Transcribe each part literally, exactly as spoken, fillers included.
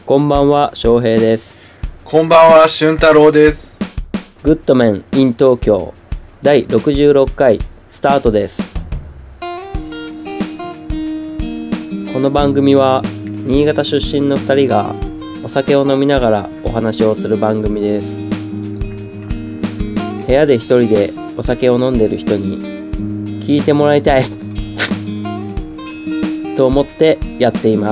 こんばんは、翔平です。 こんばんは、俊太郎です。 グッドメン in 東京だいろくじゅうろっかいスタートです。この番組は新潟出身のふたりがお酒を飲みながらお話をする番組です。部屋で一人でお酒を飲んでる人に聞いてもらいたいと思ってやっています。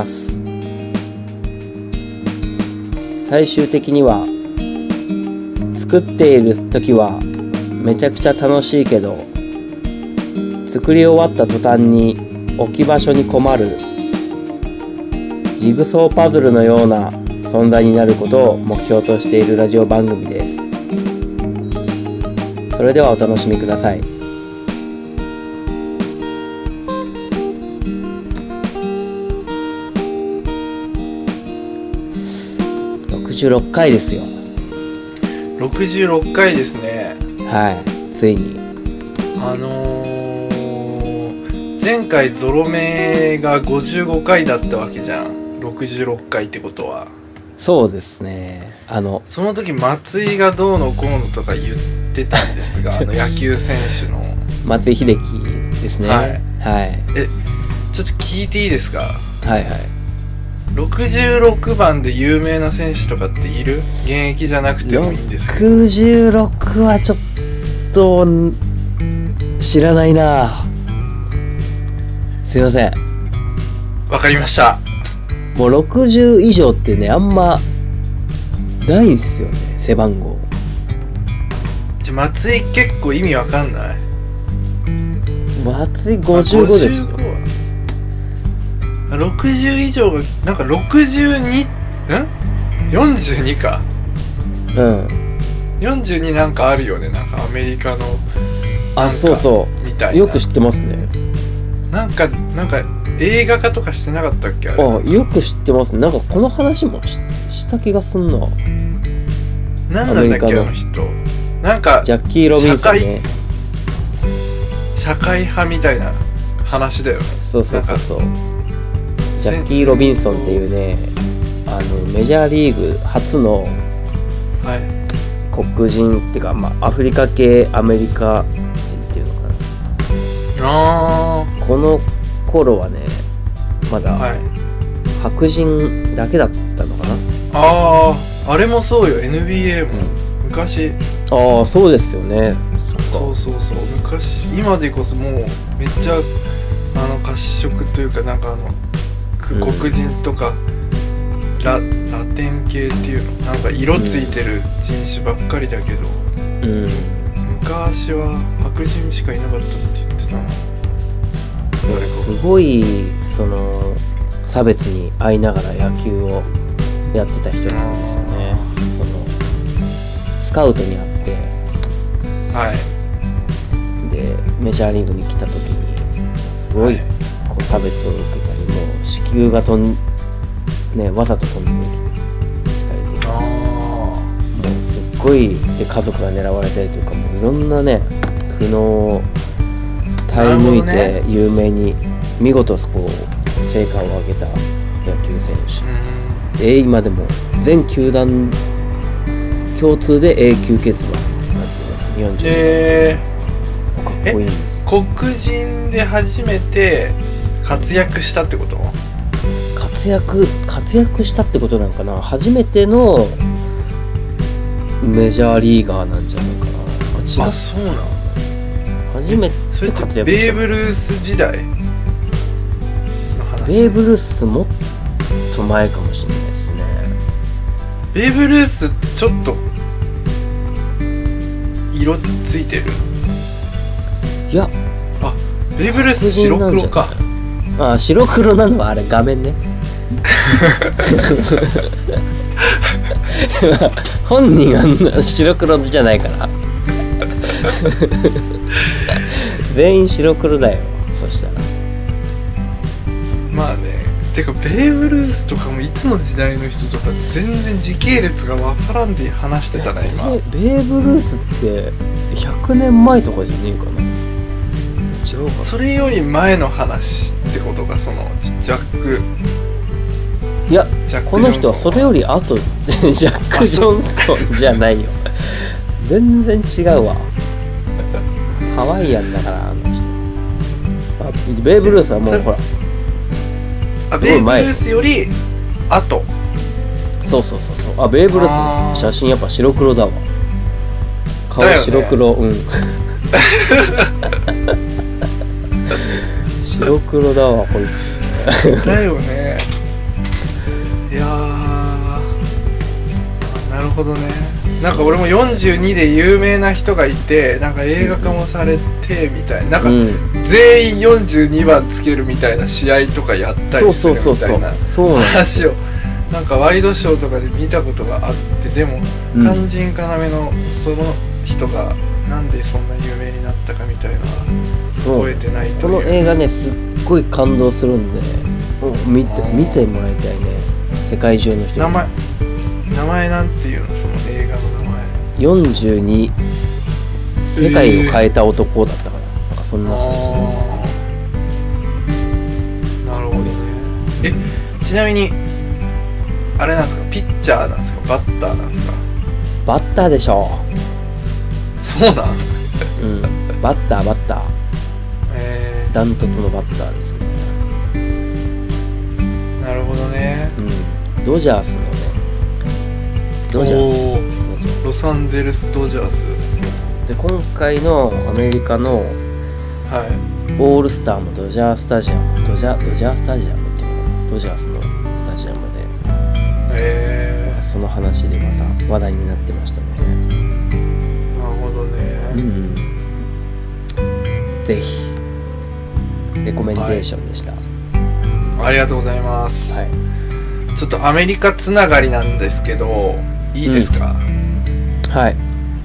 最終的には作っている時はめちゃくちゃ楽しいけど、作り終わった途端に置き場所に困るジグソーパズルのような存在になることを目標としているラジオ番組です。それではお楽しみください。ろくじゅうろっかいですよ。 ろくじゅうろっかいですね。 はい、ついにあのー、前回ゾロ目がごじゅうごかいだったわけじゃん。ろくじゅうろっかいってことは。 そうですね。あのその時松井がどうのこうのとか言ってたんですがあの野球選手の松井秀喜ですね。 はい、 はい、 えちょっと聞いていいですか。 はいはい。 ろくじゅうろくばんで有名な選手とかっている？現役じゃなくてもいいんですけど。 ろくじゅうろくはちょっと知らないな。すいません。 わかりました。 もうろくじゅう以上ってね、あんまないんすよね、背番号。 じゃ松井結構意味わかんない？ 松井ごじゅうごですよ。 ろくじゅう以上がなんかろくじゅうにんよんじゅうにか。 うんよんじゅうになんかあるよね、なんかアメリカのあ、そうそうみたいな。 よく知ってますね。 なんかなんか映画化とかしてなかったっけあれ。 あ、よく知ってますね。なんかこの話も し, した気がすんな。 なんなんだっけあの人。なんかジャッキー・ロビンソンね。 社会、社会派みたいな話だよね。 そうそうそうそう。ジャッキー・ロビンソンっていうね、あのメジャーリーグ初の黒人っていうか、まあ、アフリカ系アメリカ人っていうのかな。 あー、 この頃はね、まだ白人だけだったのかな。 ああ、あれもそうよ。 エヌビーエー も昔。 ああ、そうですよね。 そうそうそう、昔。今でこそもうめっちゃあの褐色というか、なんかあの黒人とか、うん、ラ, ラテン系っていうの、なんか色ついてる人種ばっかりだけど、うん、昔は白人しかいなかったって言ってたな。 すごいその差別に遭いながら野球をやってた人なんですよね。そのスカウトにあって、 はい、 でメジャーリーグに来た時にすごいこう差別を受けたり、もう子宮が飛んね、わざと飛んできたりとか、もうすっごいで家族が狙われたりというか、もういろんなね苦悩を耐え抜いて有名に、ね、見事そこを成果を上げた野球選手、うん、今でも全球団共通で永久欠番になってます。よんじゅうねん、えー、かっこいいんです。 黒人で初めて活躍したってこと？ 活躍活躍したってことなんかな。初めてのメジャーリーガーなんじゃないかな。あ、違う。 あ、そうなの。 初めて活躍した。 ベーブ・ルース時代の話。 ベーブ・ルースもっと前かもしれないですね。 ベーブ・ルースってちょっと色ついてる？ いや、 あ、ベーブ・ルース白黒か。 あ、白黒なのはあれ画面ね本人があんな白黒じゃないから全員白黒だよ。そしたらまあね。てかベーブ・ルースとかもいつの時代の人とか全然時系列がわからんで話してたな今。 ベーブ・ルースってひゃくねんまえとかじゃねえかな。違うかな。 それより前の話ってことか。そのジャックいやジャックこの人はそれより後ジャック・ジョンソンじゃないよ全然違うわハワイアンだからあの人あベーブ・ルースはもうほらあベーブ・ルースより後そうそうそうそうあベーブ・ルースの写真やっぱ白黒だわ顔白黒、ね、うん白黒だわこいつだよねいやーなるほどねなんか俺もよんじゅうにで有名な人がいてなんか映画化もされてみたいな、なんか全員よんじゅうにばんつけるみたいな試合とかやったりするみたいな話をなんかワイドショーとかで見たことがあって、でも肝心要のその人がなんでそんな有名になったかみたいな覚えてないという。 この映画ねすっごい感動するんで見て見てもらいたいね世界中の人に。 名前名前なんていうのその映画の名前。 よんじゅうに世界を変えた男だったから、えー、なんかそんな感じ。 なるほどね。えちなみにあれなんですかピッチャーなんですかバッターなんですか。 バッターでしょ。 そうなん。 うんバッターバッター。 えー、 ダントツのバッターですね。 なるほどね。 うんドジャースのねドジャースロサンゼルスドジャースで今回のアメリカのはいオールスターもドジャースタジアムドジャドジャースタジアムっていうのかなドジャースのスタジアムで、 えー、 その話でまた話題になってましたね。 なるほどね。 うん、ぜひレコメンデーションでした、はい、 ありがとうございます、はい、ちょっとアメリカつながりなんですけどいいですか、うん、 はい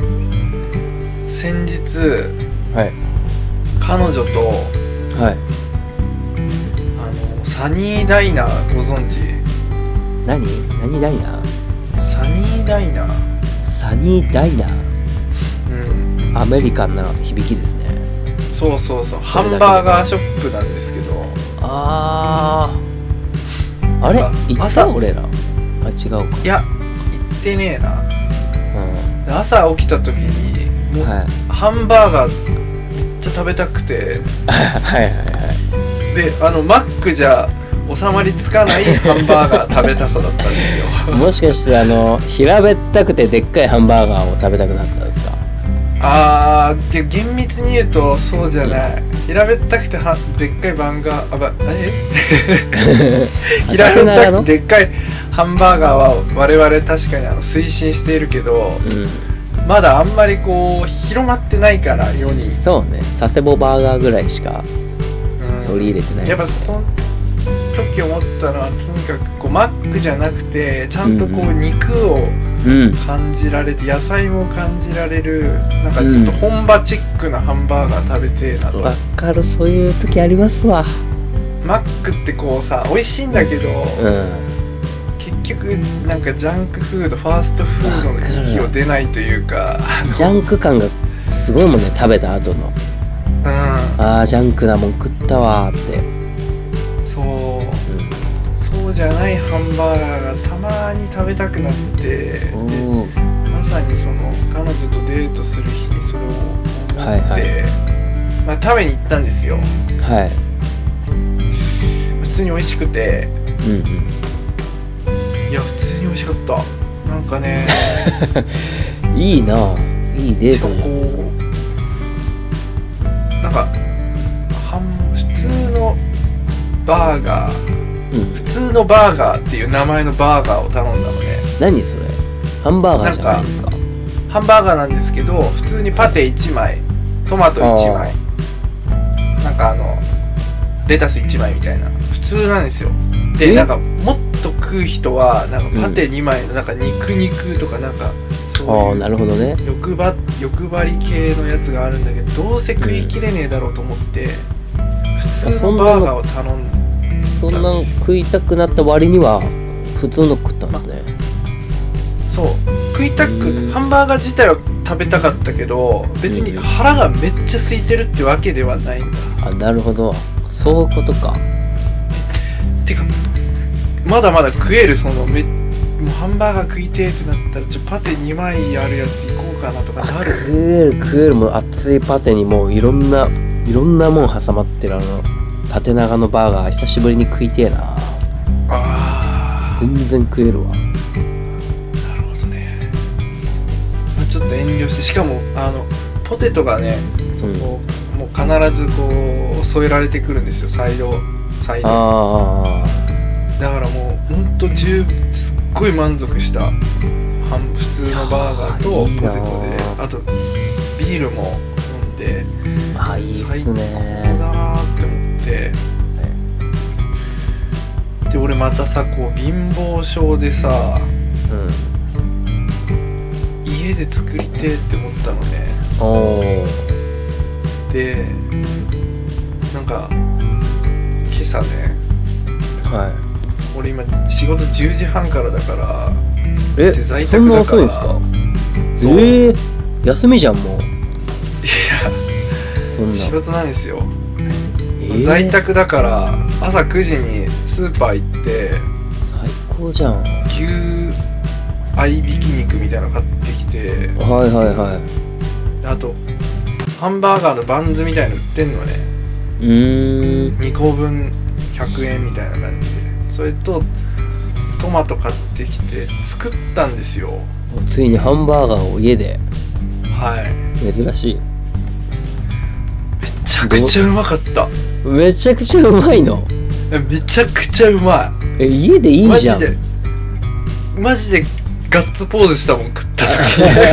先日、 はい、 彼女と、 はい、 あのサニーダイナーご存知？ 何？何ダイナー？ サニーダイナーサニーダイナー、 うん、 アメリカンな響きですね。 そうそうそうハンバーガーショップなんですけどあーあれ行った俺らあ違うかいや行ってねえな、うん、朝起きた時にもう、はい、ハンバーガーめっちゃ食べたくてはいはいはいであのマックじゃ収まりつかないハンバーガー食べたさだったんですよもしかしてあの平べったくてでっかいハンバーガーを食べたくなったんですか？ あーって厳密に言うとそうじゃない、うん、平べったくてはでっかいバンガーあばえ平べったくてでっかいハンバーガーは我々確かにあの推進しているけど、うん、まだあんまりこう広まってないから世に。 そうね佐世保バーガーぐらいしか取り入れてない、 うん、やっぱその時思ったのはとにかくこうマックじゃなくてちゃんとこう肉を感じられて、うん、野菜も感じられるなんかちょっと本場チックなハンバーガー食べてえなと。 わかるそういう時ありますわ。 マックってこうさ美味しいんだけど、うん、結局なんかジャンクフードファーストフードの域を出ないというかジャンク感がすごいもんね食べた後の、うん、あージャンクなもん食ったわーって。 そう、うん、そうじゃないハンバーガーがたまに食べたくなってでまさにその彼女とデートする日にそれを思って、はいはい、まあ、食べに行ったんですよ。 はい普通に美味しくて、 うんうん、 いや普通に美味しかった。なんかねいいないいデートじゃないですか。 なんか普通のバーガー、うん、普通のバーガーっていう名前のバーガーを頼んだのね。 何それハンバーガーじゃないですか？ ハンバーガーなんですけど普通にパテいちまいトマトいちまいなんかあのレタスいちまいみたいな普通なんですよ。でなんかもっと食う人はなんかパテにまいのなんか肉肉とかなんかそういうあーなるほどね欲張欲張り系のやつがあるんだけどどうせ食いきれねえだろうと思って、うん、普通のバーガーを頼んだんですよ。 そんな食いたくなった割には普通の食ったんですね、 ま、そう食いたくハンバーガー自体は食べたかったけど別に腹がめっちゃ空いてるってわけではないんだ。 あなるほどそういうことか。 てかまだまだ食える、そのめもうハンバーガー食いてーってなったらちょパテにまいあるやつ行こうかなとかなる。 食える食える、もう熱いパテにもういろんないろんなもん挟まってるあの縦長のバーガー久しぶりに食いてえな。 あ全然食えるわ。 ーなるほどね。ちょっと遠慮して、しかもあのポテトがね、そこ、うん、もう必ずこう添えられてくるんですよ、サイドサイド。 あだからもうほんと十すっごい満足した半普通のバーガーとポテトで、あとビールも飲んで、 あいいっすね、 最高だなーって思って、で俺またさこう貧乏症でさ、うん、家で作りてーって思ったのね。 おでなんか今朝ね、 はい、 俺今仕事じゅうじはんからだから、 えで在そんな宅だから遅いんですか。 そうえー、休みじゃんもう。 いやそんな仕事なんですよ、 えー、 在宅だから朝くじにスーパー行って最高じゃん。 牛合いびき肉みたいなの買ってきて、 はいはいはい。 あとハンバーガーのバンズみたいなの売ってんのね。 うーんにこぶんひゃくえんみたいな感じで、それとトマト買ってきて作ったんですよ。 ついにハンバーガーを家で。 はい、 珍しい。 めちゃくちゃうまかった。 めちゃくちゃうまいの。 めちゃくちゃうまい。え家でいいじゃん。 マジでマジでガッツポーズしたもん食った時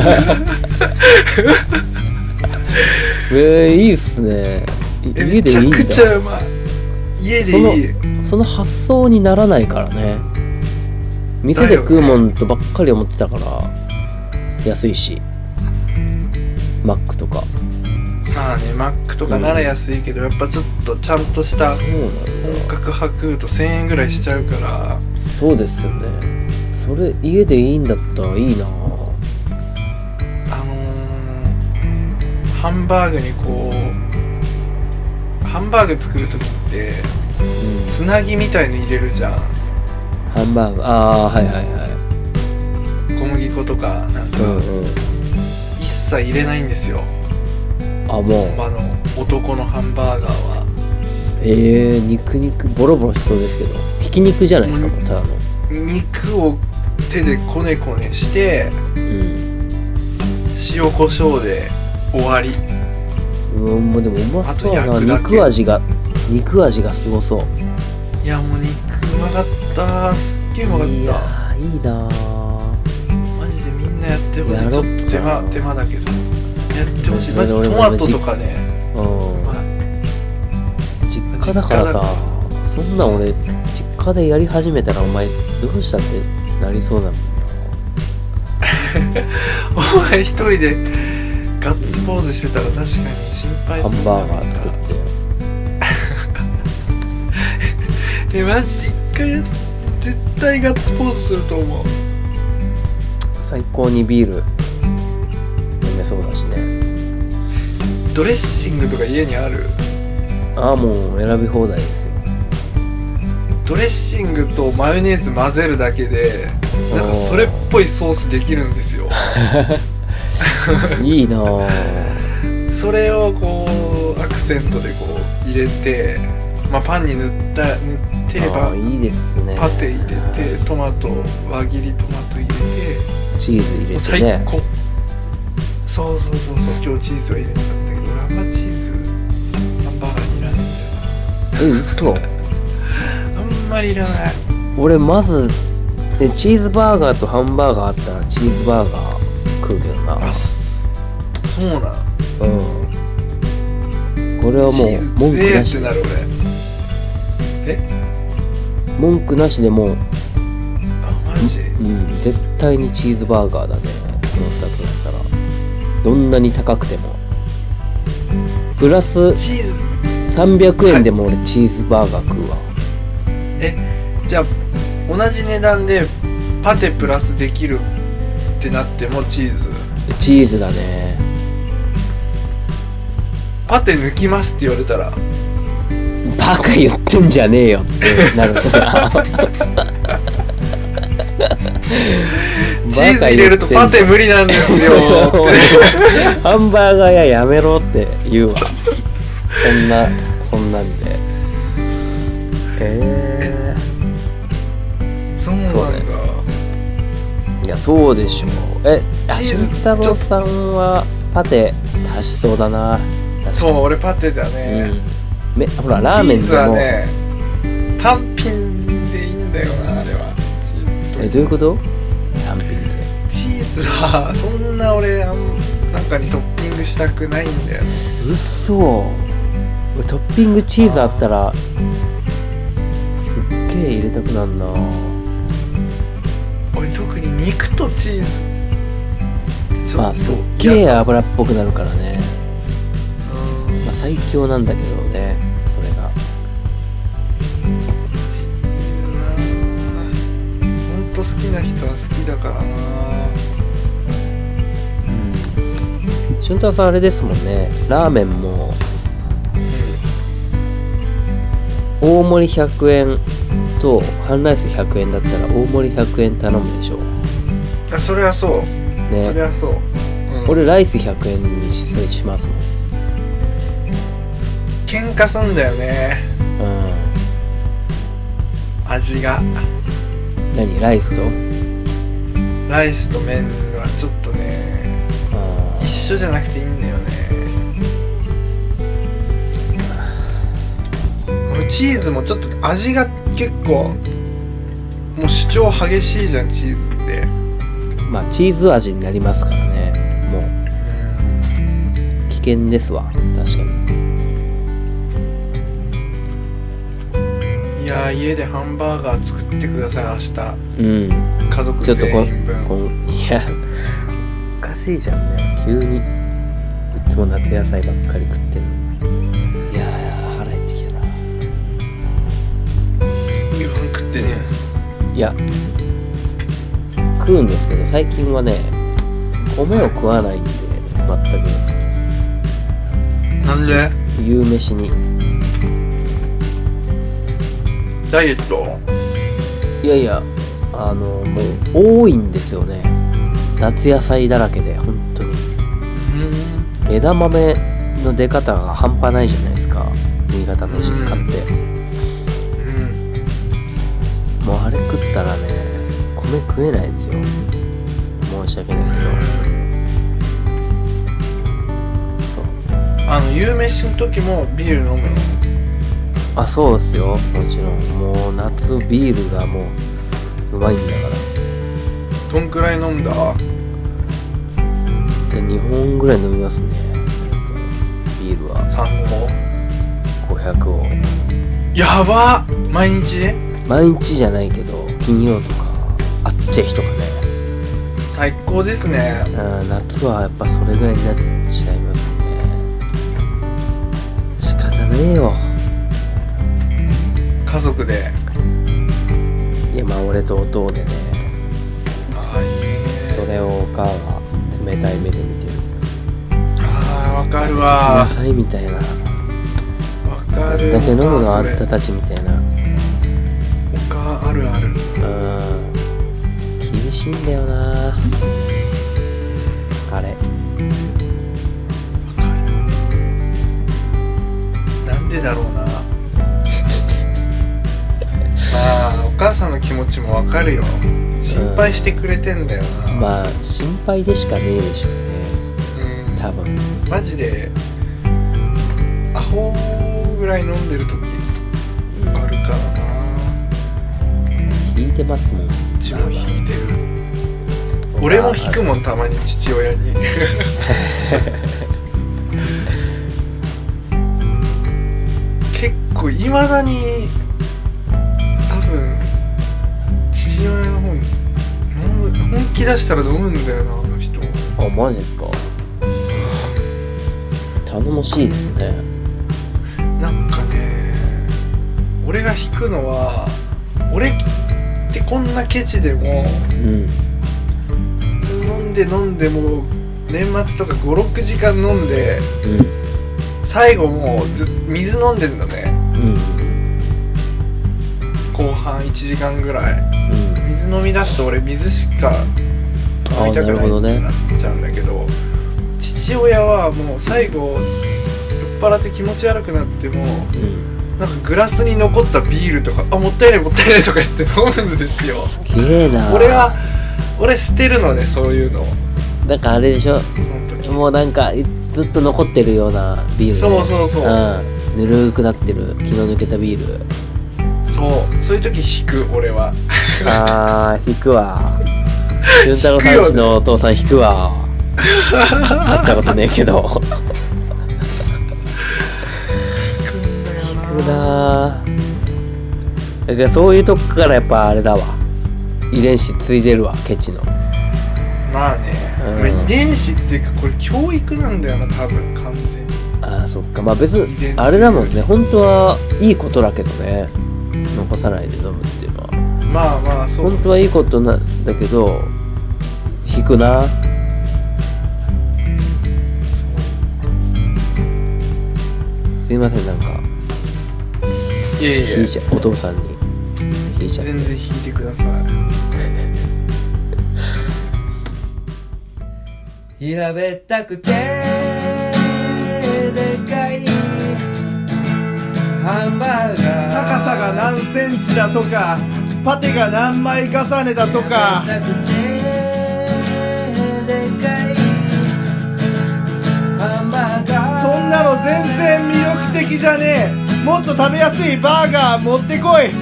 えー、いいっすね。家でいいんだ。 めちゃくちゃうまい。家でいい。 その、その発想にならないからね。店で食うもんとばっかり思ってたから、安いしマックとか。 まあね、マックとかなら安いけど、うん、やっぱちょっとちゃんとした本格派食うとせんえんぐらいしちゃうから。 そうですよね。それ家でいいんだったらいいな。あのー、ハンバーグにこうハンバーグ作るときって、うん、つなぎみたいの入れるじゃん。 ハンバーグ、ああはいはいはい。 小麦粉とかなんか、うんうん、一切入れないんですよ。 あもうあの男のハンバーガーは。 ええー、肉肉ボロボロしそうですけど、ひき肉じゃないですか、もうただの肉を手でこねこねして、うん、塩コショウで終わり。 うんもうでもうまそうな。肉味が肉味がすごそう。 いやもう肉うまかった。すっげえうまかった。いやいいな。 マジでみんなやってほしい。ちょっと手間手間だけどやってほしい。マジトマトとかね、 うん、まあ、実家だからさ、そんな俺実家でやり始めたらお前どうしたってなりそうだもんなお前一人でガッツポーズしてたら確かに心配する。 ハンバーガー作ってえマジで一回や絶対ガッツポーズすると思う。 最高にビール飲めそうだしね。 ドレッシングとか家にある？ ああもう選び放題ですよ。 ドレッシングとマヨネーズ混ぜるだけでなんかそれっぽいソースできるんですよいいなぁ。 それをこうアクセントでこう入れて、まあ、パンに塗った塗ってればいいですね。 パテ入れてトマト輪切りトマト入れてチーズ入れてね。 最高。そうそうそうそう。今日チーズは入れなかったけど俺あんまチーズハンバーガーにいらないんだよな。 え嘘あんまりいらない。 俺まずえチーズバーガーとハンバーガーあったらチーズバーガー食うけどな。 あそうなん。 うんこれはもう文句なしで。 ってなる俺。え文句なしでもう。 あマジ？ うん絶対にチーズバーガーだね。そのふたつだったらどんなに高くてもプラスチーズさんびゃくえんでも俺チーズバーガー食うわ。 えじゃあ同じ値段でパテプラスできるってなってもチーズチーズだね。 パテ抜きますって言われたらバカ言ってんじゃねえよってなるんだチーズ入れるとパテ無理なんですよってハンバーガー屋やめろって言うわ。そんなそんなんでえー、そうなんだ。 いやそうでしょう。えチーズ俊太郎さんはパテ足しそうだな。 そう俺パテだね、 うん、めほらラーメンでもチーズはね単品でいいんだよなあれは。チーズとえどういうこと？単品でチーズはそんな俺あんなんかにトッピングしたくないんだよね。 うっそトッピングチーズあったらすっげえ入れたくなるな。 俺特に肉とチーズまあすっげえ油っぽくなるからね。まあ最強なんだけどねそれが。 チーズなほんと好きな人は好きだからな。 うん俊太郎さんあれですもんね。ラーメンも大盛りひゃくえんと半ライスひゃくえんだったら大盛りひゃくえん頼むでしょ。 あそれはそうね。それはそう、うん、 俺ライスひゃくえんに し, しますもん。 喧嘩すんだよね。うん味が。 何ライスとライスと麺はちょっとねあ一緒じゃなくていいんだよね。チーズもちょっと味が結構もう主張激しいじゃんチーズって。 まあチーズ味になりますからね。もう、うん、危険ですわ確かに。 いや家でハンバーガー作ってください明日。 うん家族全員分。 こんいやおかしいじゃんね急に。いつも夏野菜ばっかり食ってんの。いやー腹減ってきたな。 夕飯食ってねえす。 いや食うんですけど最近はね米を食わないんで全く。 なんで？ 夕飯にダイエット？ いやいやあのもう多いんですよね夏野菜だらけで本当に。うん枝豆の出方が半端ないじゃないですか新潟の実家って。うんもうあれ食ったらね米食えないですよ。申し訳ないけど。そうあの夕飯の時もビール飲むの？ あそうですよもちろん。もう夏ビールがもううまいんだから。 どんくらい飲んだ？ でにほんぐらい飲みますねビールは。 さんごうごひゃくを。 やば毎日？ 毎日じゃないけど金曜とかあっちゃい日とかね。 最高ですね。 うん夏はやっぱそれぐらいになっちゃいますね。仕方ねえよ家族で。 いやまあ俺と弟でね。 ああいいね。 それをお母が冷たい目で見てる。 ああわかるわ。 野菜みたいな。 わかる。 だけ飲むのあんたたちみたいな。 お母あるある。うん厳しいんだよなあれ。 わかる。なんでだろうな。まあお母さんの気持ちもわかるよ。心配してくれてんだよな、うん、 まあ心配でしかねえでしょうね。うん多分マジでアホぐらい飲んでる時あるからな。 引いてますもん。うちも引いてる。俺も引くもんたまに父親に結構いまだに多分父親の方に本気出したら飲むんだよなあの人。 あマジですか。頼もしいですね。 なんかね俺が引くのは俺ってこんなケチでも、うん、飲んで飲んでもう年末とかごろくじかん飲んで、うん、最後もうず水飲んでんのね、うん、後半いちじかんぐらい、うん、水飲み出すと俺水しか飲みたくないってなっちゃうんだけど、父親はもう最後酔っ払って気持ち悪くなっても、うん、なんかグラスに残ったビールとかあもったいないもったいないとか言って飲むんですよ。 すげえな。 俺は俺捨てるのね、そういうの。 なんかあれでしょ、もうなんかずっと残ってるようなビール、ね、 そうそうそう、うん、 ぬるくなってる気の抜けたビール。 そうそういう時引く俺は。 あー引くわ。俊太郎さんちのお父さん引くわ。会ったことねえけど。引くな。だからそういうとこからやっぱあれだわ、遺伝子ついでるわ、ケチの。 まあね、うん、遺伝子っていうかこれ教育なんだよな多分完全に。 ああそっか、まあ別にあれだもんね、本当はいいことだけどね、残さないで飲むっていうのは。 まあまあそう、 本当はいいことなんだけど引くな。すいません、なんかいやいや引いちゃお父さんに引いちゃって。 全然引いてください。 平べったくてでかいハンバーガー、 高さが何センチだとかパテが何枚重ねだとか、 平べったくてでかいハンバーガー、 そんなの全然魅力的じゃねえ。もっと食べやすいバーガー持ってこい。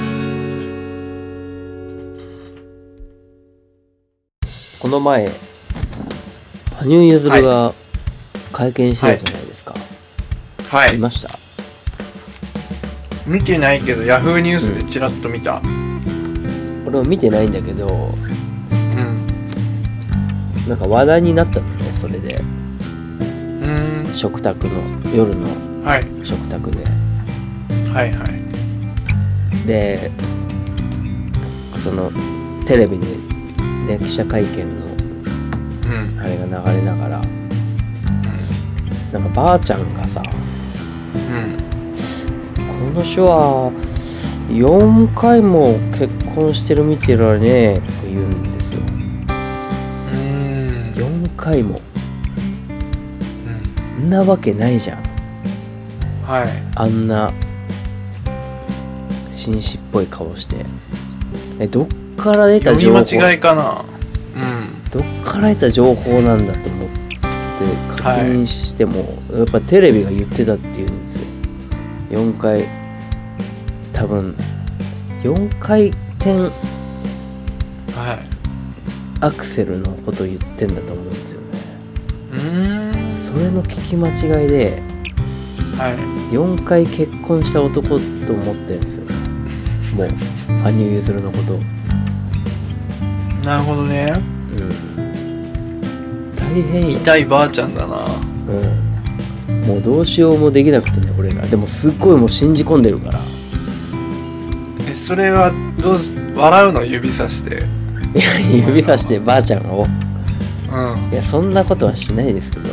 この前羽生結弦が会見してたじゃないですか。 はい、 見ました？ 見てないけどヤフーニュースでチラッと見た、うん、 俺も見てないんだけど、 うん、 なんか話題になったのね、それで。 うーん、 食卓の夜の食卓で、 はい、はいはいでそのテレビでね、記者会見のあれが流れながら、うん、なんかばあちゃんがさ、 うん、 この人はよんかいも結婚してるみてえだねとか言うんですよ。 うーん、 よんかいも、 うん、 んなわけないじゃん。 はい、 あんな紳士っぽい顔して。え、どっから出た情報、 読み間違いかな。 どっから得た情報なんだと思って確認しても、はい、やっぱテレビが言ってたっていうんですよ。よんかい、多分よんかい転アクセルのことを言ってんだと思うんですよね。 うーん、 それの聞き間違いで、 はい、 よんかい結婚した男と思ってるんですよ。もう羽生結弦のこと。 なるほどね。 うん、大変よ。 痛いばあちゃんだな。 うん、もうどうしようもできなくてね、俺ら。でもすっごいもう信じ込んでるから。 え、それはどう笑うの？指さして。 いや、指さしてばあちゃんを。 うん。 いや、そんなことはしないですけど。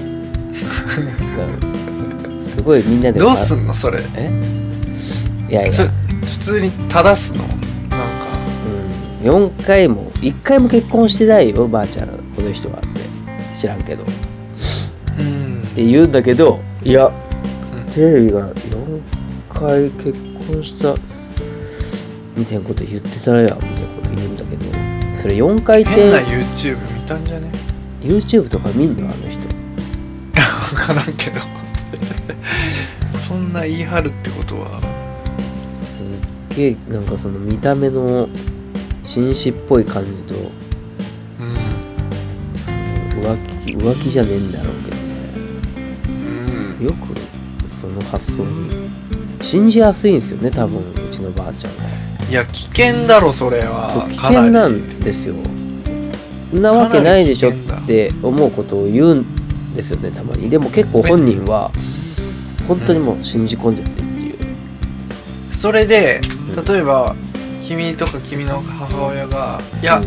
すごいみんなで。 どうすんのそれ？ え？いやいや。 普通に正すの？なんか。 うん。よんかいもいっかいも結婚してないよばあちゃん、この人はって知らんけど、 うん、 って言うんだけど、いや、うん、テレビがよんかい結婚したみたいなこと言ってたらやみたいなこと言うんだけど、それよんかいって変な YouTube 見たんじゃね？ YouTube とか見んのあの人。 分からんけどそんな言い張るってことはすっげえなんかその見た目の紳士っぽい感じと、 うん、 浮気浮気じゃねえんだろうけどね、 うん、 よくその発想に信じやすいんですよね、多分うちのばあちゃんは。 いや危険だろそれは。 危険なんですよ。そんなわけないでしょって思うことを言うんですよね、たまに。でも結構本人は本当にもう信じ込んじゃってるっていう、 うん、それで例えば、うん君とか君の母親がいや、うん、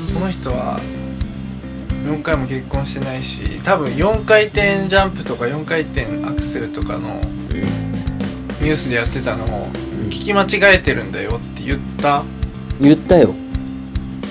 この人はよんかいも結婚してないし多分よんかい転ジャンプとかよんかい転アクセルとかのニュースでやってたのを聞き間違えてるんだよって言った言ったよ。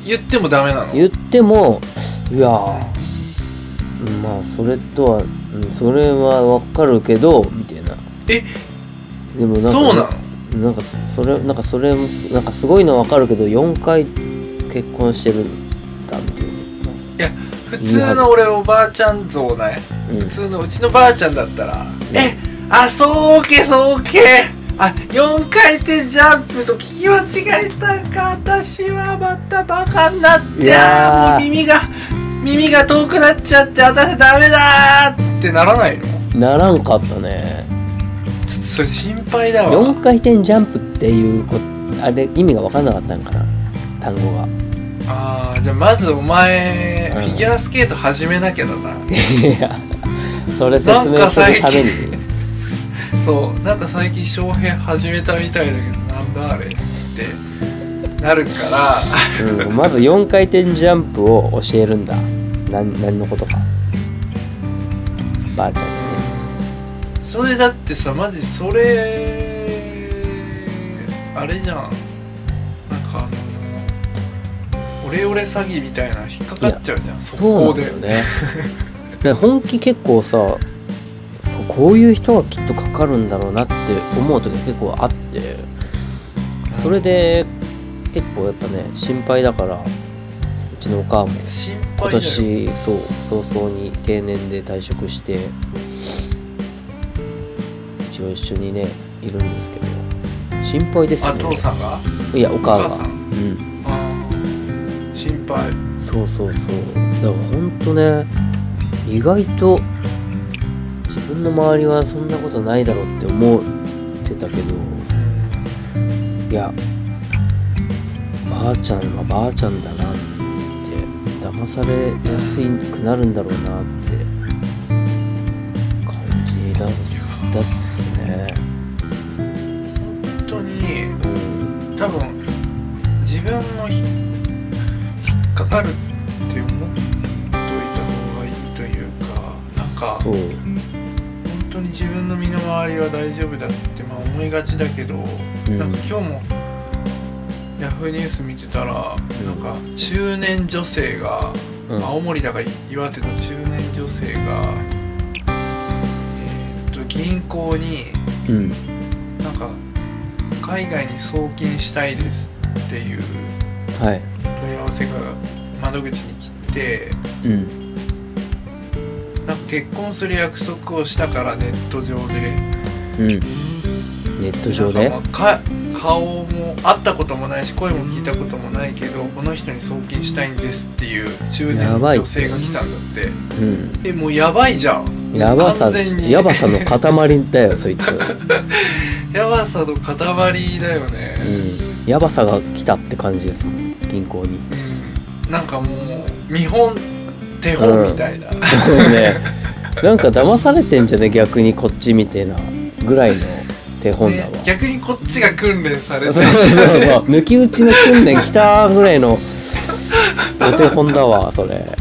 言ってもダメなの？ 言ってもいやーまあそれとは、うん、それはわかるけどみたいな。 えでもなんかそうなの？ なんかそれなんかそれもなんかすごいのわかるけどよんかい結婚してるんだみたいな。 いや普通の俺おばあちゃん像ね、うん、普通のうちのばあちゃんだったら、うん、えあそうけそうけあよんかい転ジャンプと聞き間違えたか私はまたバカになってあもう耳が耳が遠くなっちゃって私ダメだーってならないの？ ならんかったね。 ちょっとそれ心配だわ。 よんかい転ジャンプっていうこあれ意味が分かんなかったんかな単語が。 あーじゃあまずお前、うん、フィギュアスケート始めなきゃだな。いやそれ説明するためにそうなんか最近翔平始めたみたいだけどなんだあれってなるから、 うん、まずよんかい転ジャンプを教えるんだ。何何のことかばあちゃんにね。 それだってさマジそれあれじゃんなんかあのオレオレ詐欺みたいな引っかかっちゃうじゃん。 速攻で。そうなんだよねで本気結構さそうこういう人がきっとかかるんだろうなって思う時結構あって、それで結構やっぱね心配だから、うちのお母も今年そう早々に定年で退職して一応一緒にねいるんですけど心配ですよね。 あ父さんが？ いやお母が。 お母さん？うん。あ心配。 そうそうそう。だからほんとね意外と自分の周りはそんなことないだろうって思ってたけど、いやばあちゃんはばあちゃんだなって騙されやすくなるんだろうなって感じだすだっすね。 本当に、うん、多分自分も引っかかるって思っといた方がいいというか、なんかそう本当に自分の身の回りは大丈夫だってまあ思いがちだけど、うん、なんか今日もヤフーニュース見てたら、うん、なんか中年女性が、うん、青森だか岩手の中年女性が、えー、っと銀行に、うん、なんか海外に送金したいですっていう問い合わせが窓口に来て、うん、なんか結婚する約束をしたからネット上で、 うん、ネット上で顔も会ったこともないし声も聞いたこともないけどこの人に送金したいんですっていう中年の女性が来たんだって、うん、えもうやばいじゃん。 やばさやばさの塊だよそいつやばさの塊だよね、 うん、やばさが来たって感じですもん銀行に、 うん、なんかもう見本手本みたいな、うん、 ね、なんか騙されてんじゃね逆にこっちみたいなぐらいの手本だわ、ね、 逆にこっちが訓練されてそうそうそう抜き打ちの訓練来たぐらいのお手本だわそれ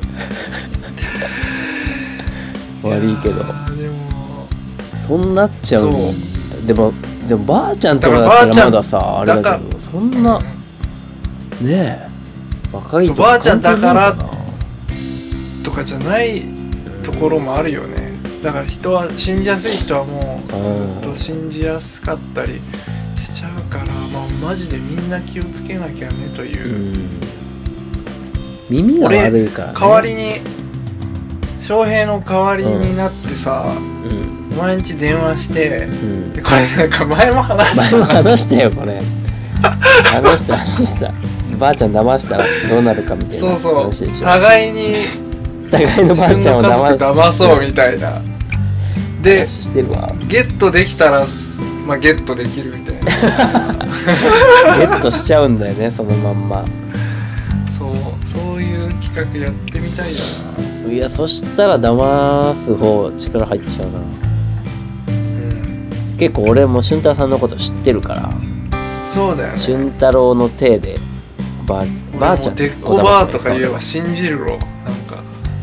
悪いけどでもそうなっちゃうの。でもでもばあちゃんとかだったらまださあれだけどそんなねえ若いとばあちゃんだからとかじゃないところもあるよね。だから人は信じやすい人はもうと信じやすかったりしちゃうから、まあ、マジでみんな気をつけなきゃねという、うん、 耳が悪いから、ね、 代わりに翔平の代わりになってさ、うん、お前んち電話して、うん、これなんか前も話した前も話したよこれ話した話したばあちゃん騙したらどうなるかみたいな話でしょ。 そうそう互いに互いのばあちゃんを騙騙そうみたいなでゲットできたら、まあ、ゲットできるみたいなゲットしちゃうんだよねそのまんま。 そうそういう企画やってみたいな。 いやそしたら騙す方力入っちゃうな、うん、結構俺も俊太郎さんのこと知ってるから。 そうだよね。 俊太郎の体でばばあちゃんてっこばーとか言えば信じるろ。なんか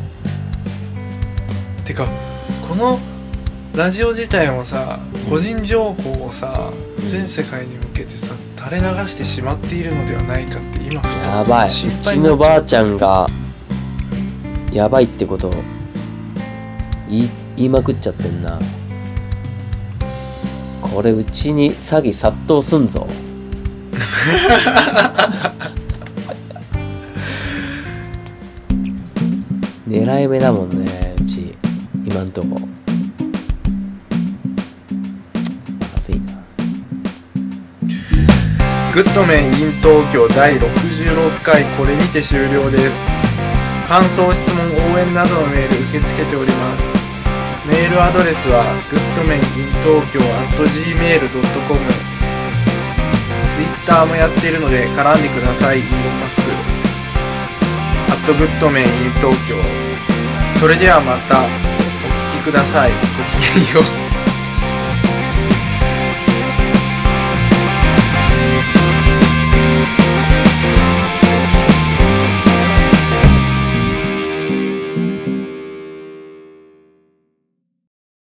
てかこのラジオ自体もさ個人情報をさ、うん、全世界に向けてさ垂れ流してしまっているのではないかって今ふとやばい、う心配ちになっちゃうのばあちゃんがやばいってことを言い、言いまくっちゃってんな。これうちに詐欺殺到すんぞ。狙い目だもんね、うち今んとこ。まずいな。 グッドメン in 東京だいろくじゅうろっかいこれにて終了です。感想、質問、応援などのメール受け付けております。メールアドレスは グッドメン イン 東京 アット ジーメール ドット コム。 ツイッターもやっているので絡んでください。イーロンマスクアットグッドメン イン 東京。それではまたお聞きください。ごきげんよう。